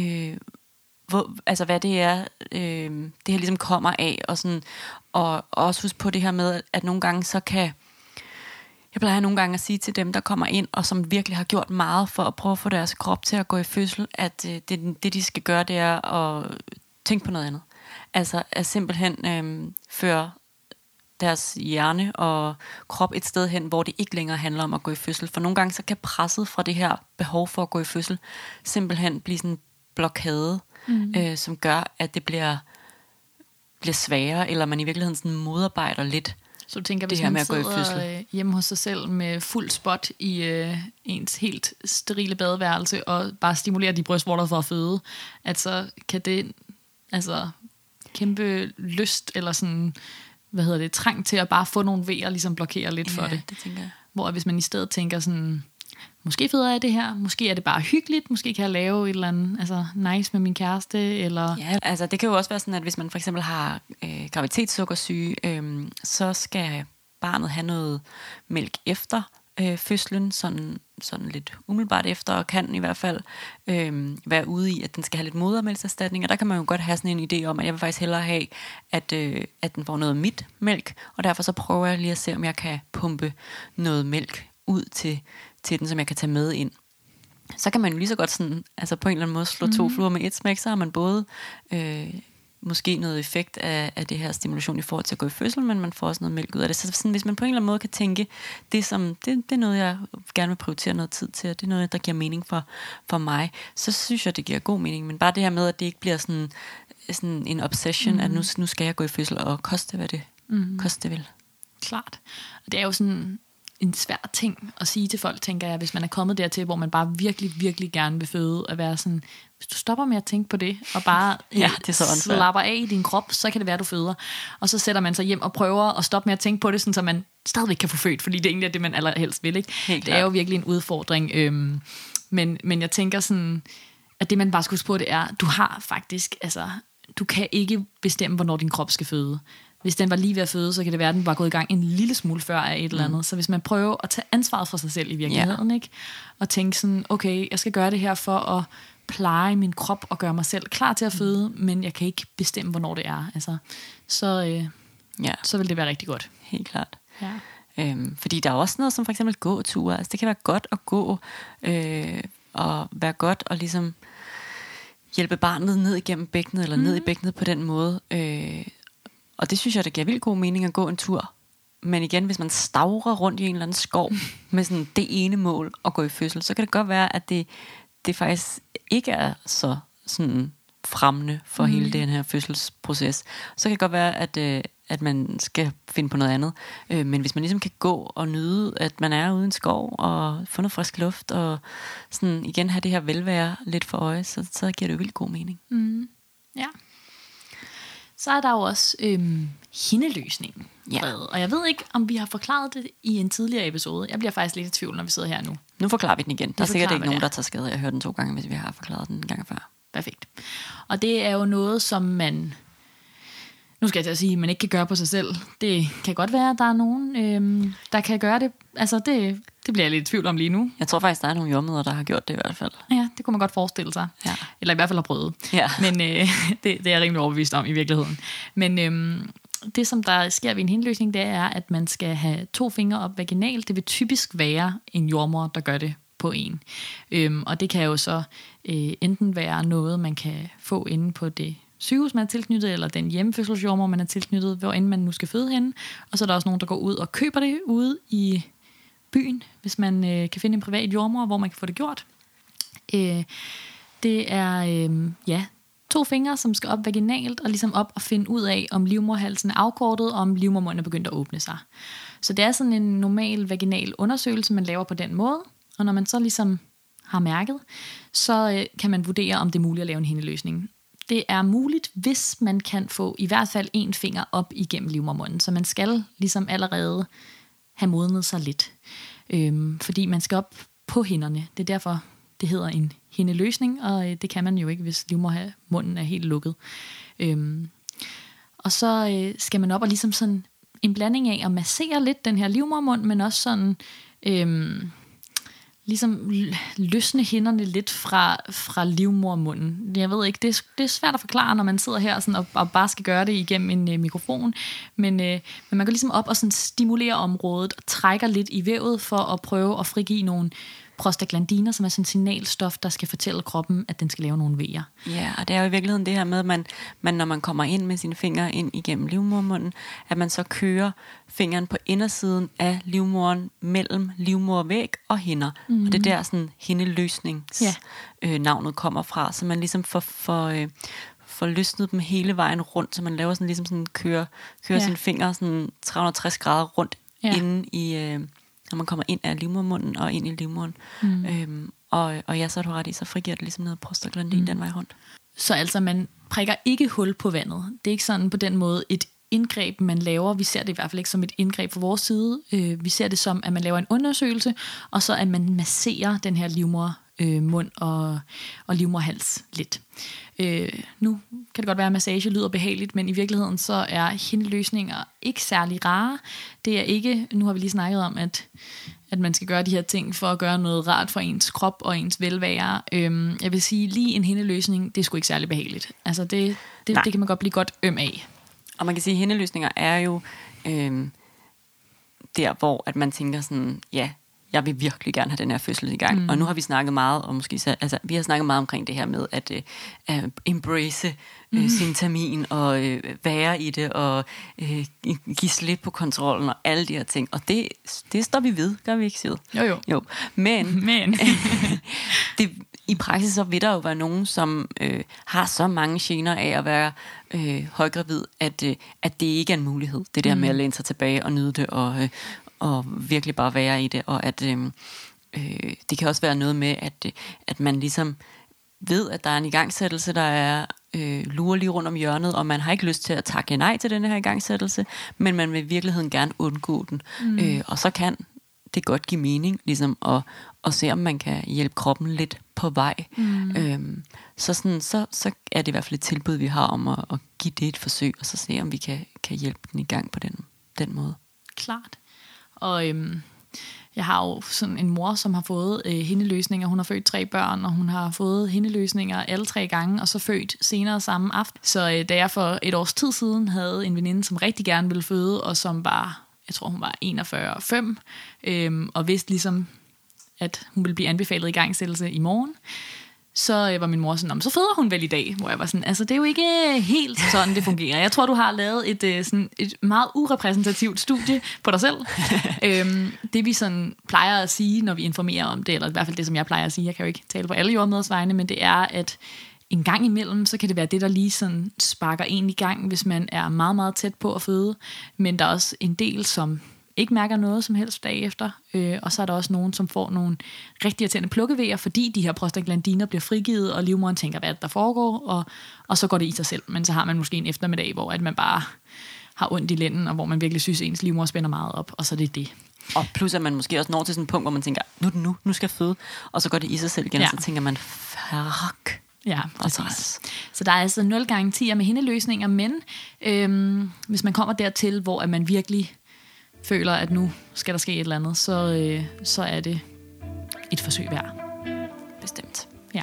Speaker 3: altså hvad det er, det her ligesom kommer af, og også husk på det her med, at nogle gange så kan, jeg plejer nogle gange at sige til dem, der kommer ind, og som virkelig har gjort meget for at prøve at få deres krop til at gå i fødsel, at det de skal gøre, det er at tænke på noget andet. Altså at simpelthen føre deres hjerne og krop et sted hen, hvor det ikke længere handler om at gå i fødsel. For nogle gange så kan presset fra det her behov for at gå i fødsel simpelthen blive sådan en blokade, som gør, at det bliver sværere, eller man i virkeligheden sådan modarbejder lidt.
Speaker 2: Så du tænker, hvis man sidder hjemme hos sig selv med fuld spot i ens helt sterile badeværelse, og bare stimulerer de brystvorter for at føde, at så kan det kæmpe lyst, eller sådan, trang til at bare få nogle vejer, ligesom blokere lidt for det.
Speaker 3: Det tænker jeg.
Speaker 2: Hvor hvis man i stedet tænker sådan, måske føder jeg det her, måske er det bare hyggeligt, måske kan jeg lave et eller andet nice med min kæreste, eller...
Speaker 3: Ja, altså det kan jo også være sådan, at hvis man for eksempel har graviditetssukkersyge, så skal barnet have noget mælk efter fødslen, sådan lidt umiddelbart efter, og kan i hvert fald være ude i, at den skal have lidt modermælkserstatning, og der kan man jo godt have sådan en idé om, at jeg vil faktisk hellere have, at den får noget mit mælk, og derfor så prøver jeg lige at se, om jeg kan pumpe noget mælk ud til den, som jeg kan tage med ind. Så kan man jo lige så godt sådan, altså på en eller anden måde slå to fluer med et smæk, så har man både måske noget effekt af det her stimulation i forhold til at gå i fødsel, men man får også noget mælk ud af det. Så sådan, hvis man på en eller anden måde kan tænke, det er noget, jeg gerne vil prioritere noget tid til, og det er noget, der giver mening for mig, så synes jeg, det giver god mening. Men bare det her med, at det ikke bliver sådan en obsession, at nu skal jeg gå i fødsel, og koste hvad det koste vil.
Speaker 2: Klart. Og det er jo sådan en svær ting at sige til folk, tænker jeg, hvis man er kommet dertil, hvor man bare virkelig, virkelig gerne vil føde, at være sådan, hvis du stopper med at tænke på det, og bare slapper af i din krop, så kan det være, at du føder. Og så sætter man sig hjem og prøver at stoppe med at tænke på det, sådan, så man stadigvæk kan få født, fordi det er egentlig det, man allerhelst vil. Ikke? Det er jo virkelig en udfordring. Men jeg tænker sådan, at det man bare skal huske på, det er, du har faktisk, du kan ikke bestemme, hvornår din krop skal føde. Hvis den var lige ved at føde, så kan det være, at den var gået i gang en lille smule før af et eller andet. Så hvis man prøver at tage ansvaret for sig selv i virkeligheden, ikke? Og tænke sådan, okay, jeg skal gøre det her for at pleje min krop og gøre mig selv klar til at føde, men jeg kan ikke bestemme, hvornår det er. Så vil det være rigtig godt.
Speaker 3: Helt klart.
Speaker 2: Ja.
Speaker 3: Fordi der er også noget som for eksempel gåture. Altså det kan være godt at gå, og være godt at ligesom hjælpe barnet ned igennem bækkenet, eller ned i bækkenet på den måde. Og det synes jeg, der giver vildt god mening at gå en tur Men igen, hvis man stavrer rundt i en eller anden skov med sådan det ene mål at gå i fødsel, så kan det godt være, at det faktisk ikke er så sådan fremmende for hele den her fødselsproces. Så kan det godt være, at man skal finde på noget andet. Men hvis man ligesom kan gå og nyde, at man er ude i en skov og få noget frisk luft, og sådan igen have det her velvære lidt for øje, så giver det jo vildt god mening.
Speaker 2: Ja. Så er der jo også hindeløsningen.
Speaker 3: Ja.
Speaker 2: Og jeg ved ikke, om vi har forklaret det i en tidligere episode. Jeg bliver faktisk lidt i tvivl, når vi sidder her nu.
Speaker 3: Nu forklarer vi den igen. Der er sikkert ikke nogen,
Speaker 2: der
Speaker 3: der tager skade. Jeg har hørt den 2 gange, hvis vi har forklaret den en gang før.
Speaker 2: Perfekt. Og det er jo noget, som man... Nu skal jeg til at sige, at man ikke kan gøre på sig selv. Det kan godt være, at der er nogen, der kan gøre det. Altså, det bliver jeg lidt i tvivl om lige nu.
Speaker 3: Jeg tror faktisk, der er nogle jordmødre, der har gjort det i hvert fald.
Speaker 2: Ja, det kunne man godt forestille sig.
Speaker 3: Ja.
Speaker 2: Eller i hvert fald har prøvet.
Speaker 3: Ja.
Speaker 2: Men det er jeg rimelig overbevist om i virkeligheden. Men det, som der sker ved en hindeløsning, det er, at man skal have 2 fingre op vaginalt. Det vil typisk være en jordmor, der gør det på en. Og det kan jo så enten være noget, man kan få inde på det sygehus, man er tilknyttet, eller den hjemmefødselsjordmor, man er tilknyttet, hvor end man nu skal føde henne. Og så er der også nogen, der går ud og køber det ude i byen, hvis man kan finde en privat jordmor, hvor man kan få det gjort. Det er 2 fingre, som skal op vaginalt, og ligesom op og finde ud af, om livmoderhalsen er afkortet, og om livmodermunden er begyndt at åbne sig. Så det er sådan en normal vaginal undersøgelse, man laver på den måde. Og når man så ligesom har mærket, så kan man vurdere, om det er muligt at lave en hindeløsning. Det er muligt, hvis man kan få i hvert fald 1 finger op igennem livmodermunden. Så man skal ligesom allerede have modnet sig lidt. Fordi man skal op på hinderne. Det er derfor, det hedder en hindeløsning, og det kan man jo ikke, hvis livmodermunden er helt lukket. Og så skal man op og ligesom sådan en blanding af at massere lidt den her livmodermund, men også sådan... ligesom løsne hinderne lidt fra livmodermunden. Jeg ved ikke, det er svært at forklare, når man sidder her sådan, og bare skal gøre det igennem en mikrofon, men man går ligesom op og sådan stimulere området og trækker lidt i vævet for at prøve at frigive nogle prostaglandiner, som er sådan en signalstof, der skal fortælle kroppen, at den skal lave nogle vejer.
Speaker 3: Ja, og det er jo i virkeligheden det her med, at man når man kommer ind med sine fingre ind igennem livmodermunden, at man så kører fingeren på indersiden af livmoderen mellem livmodervæg og hinder. Og det er der sådan hindeløsnings navnet kommer fra, så man ligesom får løsnet dem hele vejen rundt, så man laver sådan ligesom sådan kører sine fingre sådan 360 grader rundt inde i når man kommer ind af livmodermunden og ind i livmoderen. Og ja, så er du ret i, så frigiver det ligesom noget prostaglandin den vej rundt.
Speaker 2: Så altså, man prikker ikke hul på vandet. Det er ikke sådan på den måde et indgreb, man laver. Vi ser det i hvert fald ikke som et indgreb fra vores side. Vi ser det som, at man laver en undersøgelse, og så at man masserer den her livmodermund og livmoderhals lidt. Nu kan det godt være, at massage lyder behageligt, men i virkeligheden så er hindeløsninger ikke særlig rare. Det er ikke, nu har vi lige snakket om, at man skal gøre de her ting for at gøre noget rart for ens krop og ens velvære. Jeg vil sige, lige en hindeløsning, det er sgu ikke særlig behageligt. Altså det kan man godt blive godt øm af.
Speaker 3: Og man kan sige, at hindeløsninger er jo der, hvor at man tænker sådan, ja, jeg vil virkelig gerne have den her fødsel i gang. Og nu har vi snakket meget, og måske så, altså, vi har snakket meget omkring det her med at embrace sin termin og være i det og give slip på kontrollen og alle de her ting. Og det står vi ved, gør vi ikke, Sid? Jo. Men det, i praksis så vil der jo være nogen, som har så mange gener af at være højgravid, at det ikke er en mulighed. Det der med at læne sig tilbage og nyde det og virkelig bare være i det, og at det kan også være noget med, at man ligesom ved, at der er en igangsættelse, der er lurer lige rundt om hjørnet, og man har ikke lyst til at takke nej til den her igangsættelse, men man vil i virkeligheden gerne undgå den. Og så kan det godt give mening, ligesom at se, om man kan hjælpe kroppen lidt på vej. Så er det i hvert fald et tilbud, vi har om at give det et forsøg, og så se, om vi kan hjælpe den i gang på den måde.
Speaker 2: Klart. Og jeg har jo sådan en mor, som har fået hindeløsninger. Hun har født 3 børn, og hun har fået hindeløsninger alle 3 gange, og så født senere samme aften. Så da jeg for et års tid siden havde en veninde, som rigtig gerne ville føde, og som var, jeg tror hun var 41,5, og vidste ligesom, at hun ville blive anbefalet igangsættelse i morgen, så var min mor sådan, så føder hun vel i dag, hvor jeg var sådan, altså det er jo ikke helt sådan, det fungerer. Jeg tror, du har lavet et meget urepræsentativt studie på dig selv. Det vi sådan plejer at sige, når vi informerer om det, eller i hvert fald det, som jeg plejer at sige, jeg kan jo ikke tale på alle jordmødres vegne, men det er, at en gang imellem, så kan det være det, der lige sådan sparker en i gang, hvis man er meget, meget tæt på at føde, men der er også en del, som ikke mærker noget som helst dag efter. Og så er der også nogen, som får nogle rigtig irriterende plukkevejer, fordi de her prostaglandiner bliver frigivet, og livmoderen tænker, hvad der foregår, og så går det i sig selv. Men så har man måske en eftermiddag, hvor at man bare har ondt i lænden, og hvor man virkelig synes, at ens livmoder spænder meget op, og så er det det.
Speaker 3: Og plus at man måske også når til sådan et punkt, hvor man tænker, nu skal jeg føde, og så går det i sig selv igen, og så tænker man, fuck.
Speaker 2: Ja, præcis. Så der er altså 0 garantier med hindeløsninger, men hvis man kommer dertil, hvor at man virkelig føler, at nu skal der ske et eller andet, så er det et forsøg værd.
Speaker 3: Bestemt.
Speaker 2: Ja.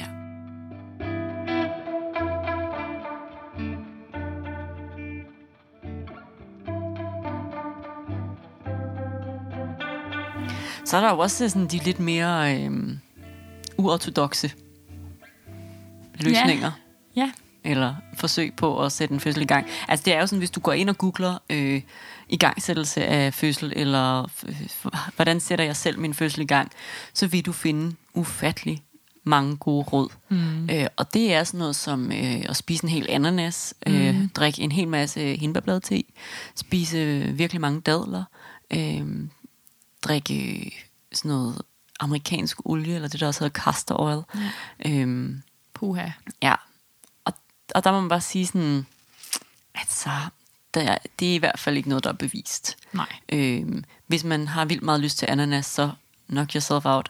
Speaker 3: Så er der jo også sådan de lidt mere uortodokse løsninger.
Speaker 2: Ja.
Speaker 3: Eller forsøg på at sætte en fødsel i gang. Altså det er jo sådan, hvis du går ind og googler igangsættelse af fødsel, eller hvordan sætter jeg selv min fødsel i gang, så vil du finde ufattelig mange gode råd. Og det er sådan noget som at spise en hel ananas, drikke en hel masse hindbærbladte, spise virkelig mange dadler, drikke sådan noget amerikansk olie, eller det der også hedder castor oil.
Speaker 2: Puha.
Speaker 3: Ja. Og der må man bare sige sådan, altså, det er i hvert fald ikke noget, der er bevist.
Speaker 2: Nej.
Speaker 3: Hvis man har vildt meget lyst til ananas, så knock yourself out.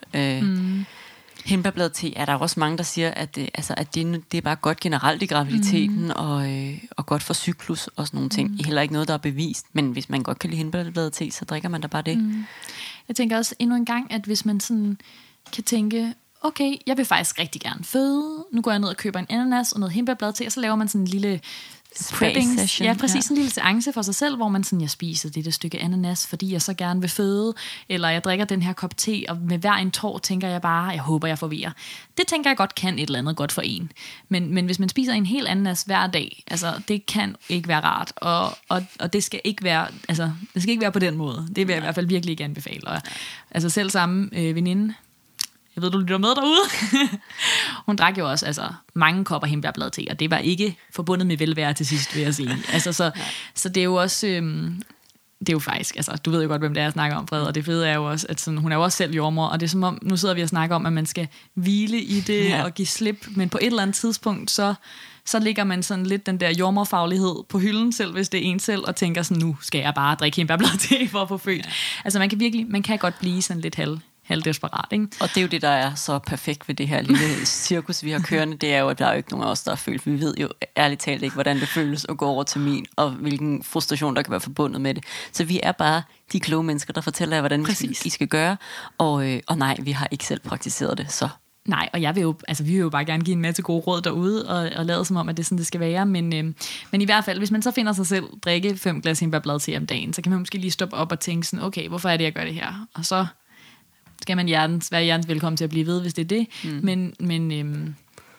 Speaker 3: Hindbærbladte er der også mange, der siger, at det er bare godt generelt i graviditeten, og godt for cyklus og sådan nogle ting. Heller ikke noget, der er bevist. Men hvis man godt kan lide hindbærbladte, så drikker man da bare det.
Speaker 2: Jeg tænker også endnu en gang, at hvis man sådan kan tænke, okay, jeg vil faktisk rigtig gerne føde. Nu går jeg ned og køber en ananas og noget hindbærbladte, og så laver man sådan en lille prepping. Ja, præcis, en lille seance for sig selv, hvor man sådan, jeg spiser det der stykke ananas, fordi jeg så gerne vil føde, eller jeg drikker den her kop te, og med hver en tår tænker jeg bare, jeg håber, jeg får vejer. Det tænker jeg godt kan et eller andet godt for en. Men hvis man spiser en hel ananas hver dag, altså det kan ikke være rart, og det skal ikke være, altså det skal ikke være på den måde. Det vil jeg i hvert fald virkelig ikke anbefale. Og, altså selv samme veninde, jeg ved, du lytter med derude. Hun drak jo også mange kopper hindbærbladte, og det var ikke forbundet med velvære til sidst, vil jeg sige. Så det er jo også... det er jo faktisk, du ved jo godt, hvem det er, jeg snakker om, Fred, og det fede er jo også, at sådan, hun er jo også selv jordmor, og det er som om, nu sidder vi og snakker om, at man skal hvile i det og give slip, men på et eller andet tidspunkt, så ligger man sådan lidt den der jordmorfaglighed på hylden, selv hvis det er en selv, og tænker sådan, nu skal jeg bare drikke hindbærbladte for at få født. Ja. Altså man kan godt blive sådan lidt halvdesperat, ikke?
Speaker 3: Og det er jo det, der er så perfekt ved det her lille cirkus, vi har kørende. Det er jo, at der er jo ikke nogen af os, der har følt. Vi ved jo ærligt talt ikke, hvordan det føles at gå over termin, og hvilken frustration, der kan være forbundet med det. Så vi er bare de kloge mennesker, der fortæller jer, hvordan I skal gøre. Og nej, vi har ikke selv praktiseret det, så...
Speaker 2: Nej, og vi vil jo bare gerne give en masse gode råd derude, og lade som om, at det er sådan, det skal være. Men i hvert fald, hvis man så finder sig selv drikke 5 glas hindbærbladte om dagen, så kan man måske lige stoppe op og tænke sådan, okay, hvorfor er det, jeg gør det her? Og så skal man være hjertens velkommen til at blive ved, hvis det er det. Men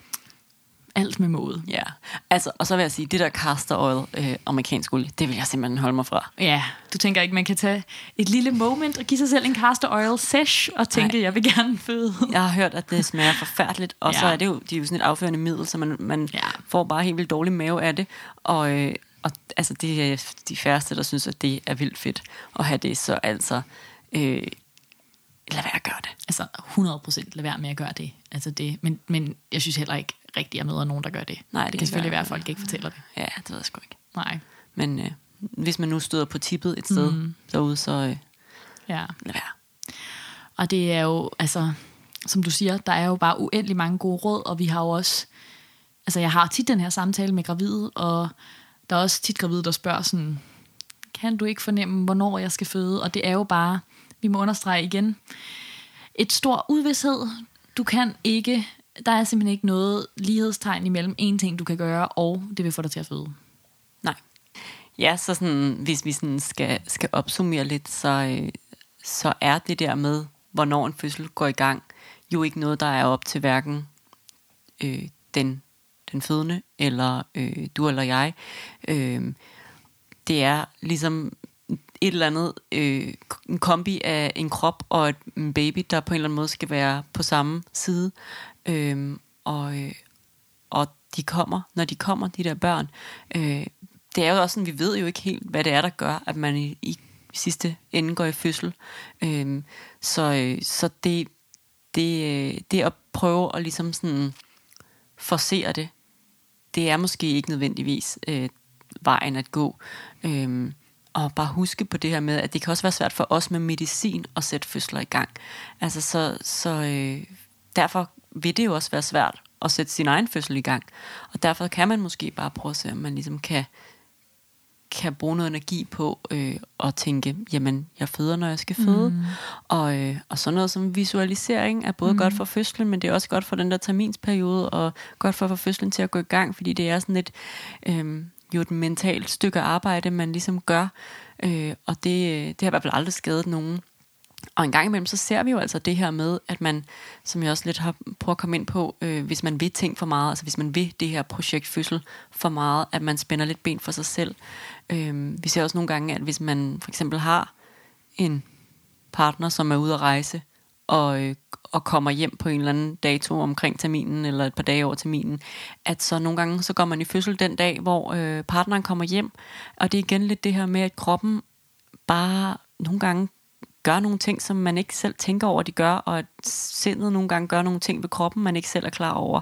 Speaker 2: alt med måde.
Speaker 3: Ja, og så vil jeg sige, det der castor oil, amerikansk olie, det vil jeg simpelthen holde mig fra.
Speaker 2: Ja, du tænker ikke, man kan tage et lille moment og give sig selv en castor oil sesh og tænke, jeg vil gerne føde. Jeg
Speaker 3: har hørt, at det smager forfærdeligt, og så er det jo, de er jo sådan et afførende middel, så man får bare helt vildt dårlig mave af det, og det er de færreste, der synes, at det er vildt fedt at have det, så lad være at gøre det.
Speaker 2: 100% lad være med at gøre det. Men jeg synes heller ikke rigtigt, at jeg møder nogen, der gør det.
Speaker 3: Nej,
Speaker 2: det kan selvfølgelig være, at folk ikke fortæller det.
Speaker 3: Ja, det ved jeg sgu ikke.
Speaker 2: Nej.
Speaker 3: Men hvis man nu støder på tippet et sted derude, så lad være.
Speaker 2: Og det er jo, som du siger, der er jo bare uendelig mange gode råd, og vi har jo også, jeg har tit den her samtale med gravide, og der er også tit gravide, der spørger sådan, kan du ikke fornemme, hvornår jeg skal føde? Og det er jo bare, vi må understrege igen, et stor udvidshed. Du kan ikke, der er simpelthen ikke noget lighedstegn imellem en ting, du kan gøre, og det vil få dig til at føde.
Speaker 3: Nej. Ja, så sådan, hvis vi sådan skal opsummere lidt, så er det der med, hvornår en fødsel går i gang, jo ikke noget, der er op til hverken den fødende, eller du eller jeg. Det er ligesom et eller andet, en kombi af en krop og en baby, der på en eller anden måde skal være på samme side. Og de kommer, når de kommer, de der børn. Det er jo også sådan, vi ved jo ikke helt, hvad det er, der gør, at man i sidste ende går i fødsel. Så det at prøve at ligesom sådan forcere det, det er måske ikke nødvendigvis vejen at gå. Og bare huske på det her med, at det kan også være svært for os med medicin at sætte fødsler i gang. Altså derfor vil det jo også være svært at sætte sin egen fødsel i gang. Og derfor kan man måske bare prøve at se, om man ligesom kan bruge noget energi på og tænke, jamen, jeg føder, når jeg skal føde. Og sådan noget som visualisering er både godt for fødslen, men det er også godt for den der terminsperiode, og godt for at få fødslen til at gå i gang, fordi det er sådan et mentalt stykke arbejde, man ligesom gør. Og det har i hvert fald aldrig skadet nogen. Og en gang imellem, så ser vi jo altså det her med, at man, som jeg også lidt har prøvet at komme ind på, hvis man vil ting for meget, altså hvis man vil det her projekt fødsel for meget, at man spænder lidt ben for sig selv. Vi ser også nogle gange, at hvis man for eksempel har en partner, som er ude at rejse, og kommer hjem på en eller anden dato omkring terminen, eller et par dage over terminen, at så nogle gange, så går man i fødsel den dag, hvor partneren kommer hjem, og det er igen lidt det her med, at kroppen bare nogle gange gør nogle ting, som man ikke selv tænker over, de gør, og at sindet nogle gange gør nogle ting ved kroppen, man ikke selv er klar over.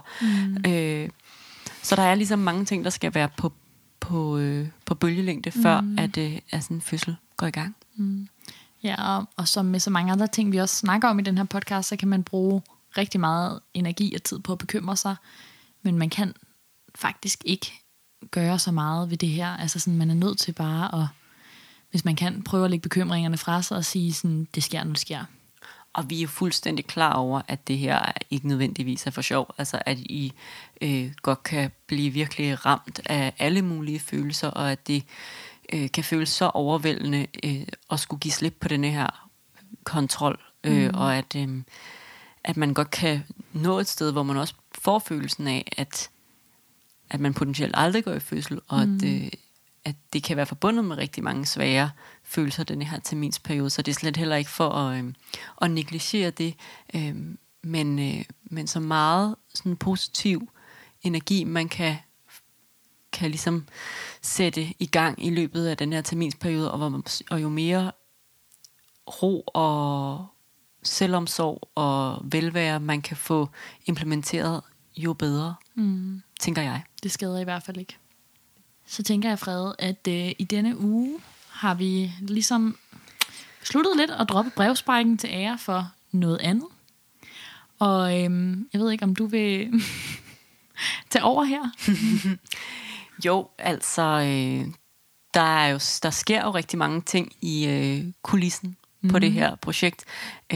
Speaker 3: Så der er ligesom mange ting, der skal være på bølgelængde, før at sådan en fødsel går i gang.
Speaker 2: Ja, og som med så mange andre ting, vi også snakker om i den her podcast, så kan man bruge rigtig meget energi og tid på at bekymre sig, men man kan faktisk ikke gøre så meget ved det her. Altså sådan, man er nødt til bare at, hvis man kan, prøve at lægge bekymringerne fra sig og sige sådan, det sker, når det sker.
Speaker 3: Og vi er fuldstændig klar over, at det her ikke nødvendigvis er for sjov. Altså at I godt kan blive virkelig ramt af alle mulige følelser, og at det kan føles så overvældende at skulle give slip på denne her kontrol. Og at man godt kan nå et sted, hvor man også får følelsen af, at man potentielt aldrig går i fødsel, og at det kan være forbundet med rigtig mange svære følelser, denne her terminsperiode, så det er slet heller ikke for at negligere det, men så meget sådan positiv energi, man kan ligesom sætte i gang i løbet af den her terminsperiode, og jo mere ro og selvomsorg og velvære, man kan få implementeret, jo bedre, tænker jeg.
Speaker 2: Det skader i hvert fald ikke. Så tænker jeg, Frede, at i denne uge har vi ligesom besluttet lidt at droppe brevsprækken til ære for noget andet. Og jeg ved ikke, om du vil tage over her?
Speaker 3: Jo, altså, der sker jo rigtig mange ting i kulissen på det her projekt.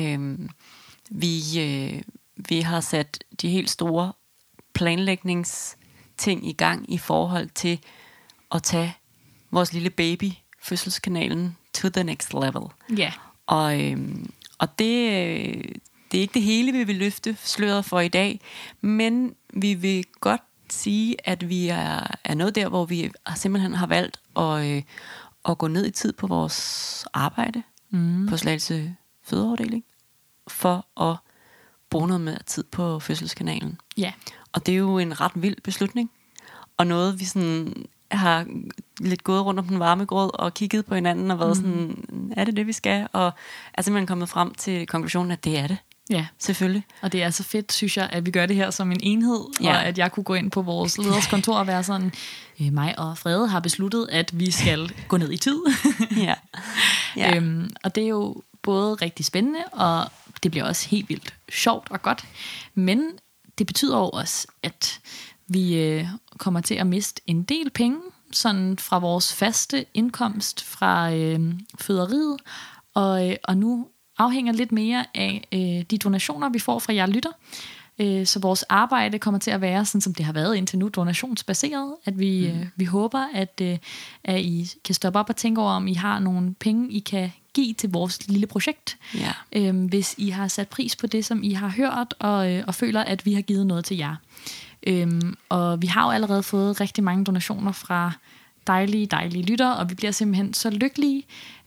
Speaker 3: Vi har sat de helt store planlægningsting i gang i forhold til at tage vores lille baby, fødselskanalen, to the next level.
Speaker 2: Ja.
Speaker 3: Og det er ikke det hele, vi vil løfte sløret for i dag, men vi vil godt sige, at vi er nået der, hvor vi simpelthen har valgt at gå ned i tid på vores arbejde på Slagelse fødeafdeling for at bruge noget mere tid på fødselskanalen.
Speaker 2: Ja. Og
Speaker 3: det er jo en ret vild beslutning, og noget vi sådan har lidt gået rundt om den varme grød og kigget på hinanden og været sådan, er det vi skal? Og er simpelthen kommet frem til konklusionen, at det er det.
Speaker 2: Ja,
Speaker 3: selvfølgelig.
Speaker 2: Og det er så fedt, synes jeg, at vi gør det her som en enhed, og at jeg kunne gå ind på vores leders kontor og være sådan, mig og Frede har besluttet, at vi skal gå ned i tid.
Speaker 3: Ja.
Speaker 2: Og det er jo både rigtig spændende, og det bliver også helt vildt sjovt og godt, men det betyder jo også, at vi kommer til at miste en del penge, sådan fra vores faste indkomst fra føderiet, og nu afhænger lidt mere af de donationer, vi får fra jer lytter. Så vores arbejde kommer til at være, sådan som det har været indtil nu, donationsbaseret. At vi håber, at I kan stoppe op og tænke over, om I har nogle penge, I kan give til vores lille projekt.
Speaker 3: Ja.
Speaker 2: Hvis I har sat pris på det, som I har hørt, og føler, at vi har givet noget til jer. Og vi har jo allerede fået rigtig mange donationer fra dejlige lyttere, og vi bliver simpelthen så lykkelige.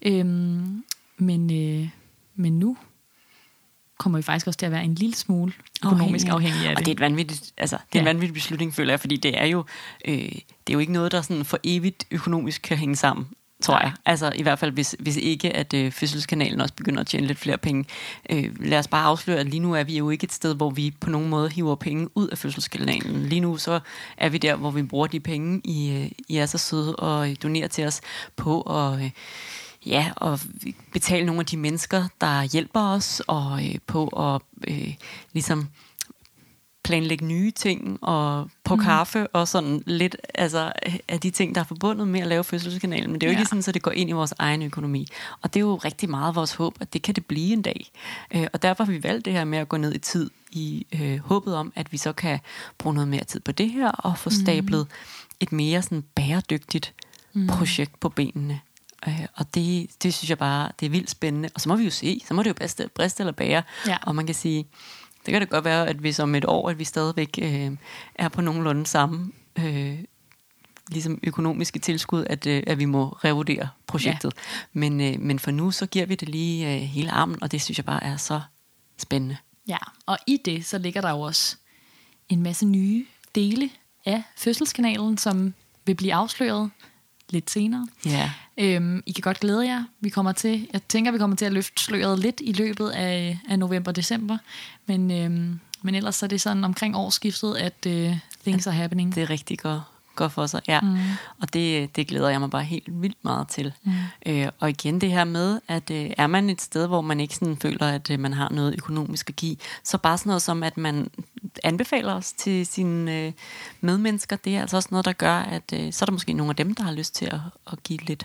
Speaker 2: Men nu kommer vi faktisk også til at være en lille smule økonomisk afhængige af det.
Speaker 3: Og det er et vanvittigt, en vanvittig beslutning, føler jeg, fordi det er jo ikke noget, der sådan for evigt økonomisk kan hænge sammen, tror jeg. Altså i hvert fald, hvis ikke, at Fødselskanalen også begynder at tjene lidt flere penge. Lad os bare afsløre, at lige nu er vi jo ikke et sted, hvor vi på nogen måde hiver penge ud af Fødselskanalen. Lige nu så er vi der, hvor vi bruger de penge, I er så søde og donerer til os på og betale nogle af de mennesker, der hjælper os, og på at ligesom planlægge nye ting, og på kaffe, og sådan lidt af de ting, der er forbundet med at lave Fødselskanalen. Men det er jo ikke sådan, så det går ind i vores egen økonomi. Og det er jo rigtig meget vores håb, at det kan det blive en dag. Og derfor har vi valgt det her med at gå ned i tid, i håbet om, at vi så kan bruge noget mere tid på det her, og få stablet et mere sådan bæredygtigt projekt på benene. Og det synes jeg bare, det er vildt spændende. Og så må vi jo se, så må det jo briste eller bære. Ja. Og man kan sige, det kan det godt være, at hvis om et år, at vi stadigvæk er på nogenlunde samme ligesom økonomiske tilskud, at vi må revurdere projektet. Ja. Men for nu, så giver vi det lige hele armen, og det synes jeg bare er så spændende. Ja,
Speaker 2: og i det, så ligger der jo også en masse nye dele af Fødselskanalen, som vil blive afsløret lidt senere.
Speaker 3: Ja.
Speaker 2: I kan godt glæde jer. Jeg tænker, vi kommer til at løfte sløret lidt i løbet af november-december. Men ellers så er det sådan omkring årsskiftet, at things are happening.
Speaker 3: Det er rigtig godt for sig, ja. Og det glæder jeg mig bare helt vildt meget til. Og igen det her med, at er man et sted, hvor man ikke sådan føler, at man har noget økonomisk at give, så bare sådan noget som, at man anbefaler os til sine medmennesker, det er altså også noget, der gør, at så er der måske nogle af dem, der har lyst til at give lidt.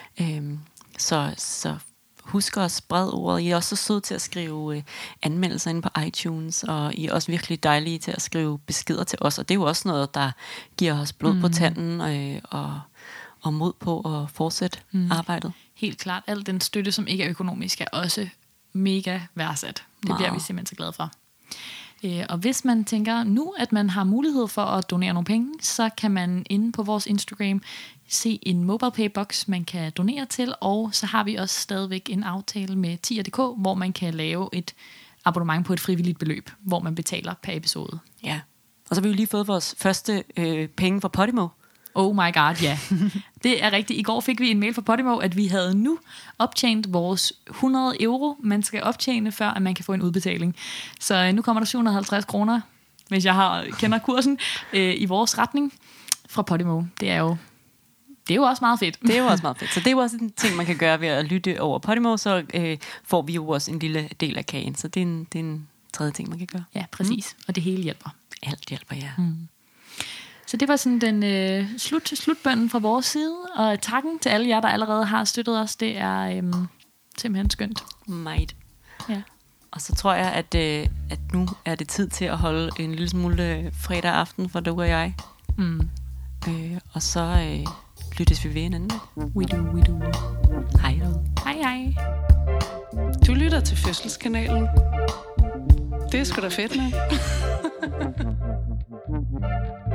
Speaker 3: Så husk at sprede ordet. I er også så søde til at skrive anmeldelser inde på iTunes, og I er også virkelig dejlige til at skrive beskeder til os, og det er jo også noget, der giver os blod på tanden og mod på at fortsætte arbejdet.
Speaker 2: Helt klart. Al den støtte, som ikke er økonomisk, er også mega værdsat. Det bliver vi simpelthen så glade for. Og hvis man tænker nu, at man har mulighed for at donere nogle penge, så kan man inde på vores Instagram se en MobilePay-boks, man kan donere til, og så har vi også stadigvæk en aftale med Tier.dk, hvor man kan lave et abonnement på et frivilligt beløb, hvor man betaler per episode.
Speaker 3: Ja, og så har vi jo lige fået vores første penge fra Podimo.
Speaker 2: Oh my god, ja. Det er rigtigt. I går fik vi en mail fra Podimo, at vi havde nu optjent vores 100 euro, man skal optjene, før at man kan få en udbetaling. Så nu kommer der 750 kroner, hvis jeg kender kursen, i vores retning fra Podimo. Det er jo også meget fedt.
Speaker 3: Det er jo også meget fedt. Så det er jo også en ting, man kan gøre ved at lytte over Podimo, så får vi jo også en lille del af kagen. Så det er en tredje ting, man kan gøre.
Speaker 2: Ja, præcis. Og det hele hjælper.
Speaker 3: Alt hjælper, ja.
Speaker 2: Så det var sådan den slutbønnen fra vores side, og takken til alle jer, der allerede har støttet os. Det er simpelthen skønt.
Speaker 3: Meget.
Speaker 2: Ja.
Speaker 3: Og så tror jeg, at nu er det tid til at holde en lille smule fredag aften for du og jeg. Og så lyttes vi ved hinanden.
Speaker 2: We do.
Speaker 3: Hej.
Speaker 2: Hej.
Speaker 1: Du lytter til Fødselskanalen. Det er sgu da fedt, med.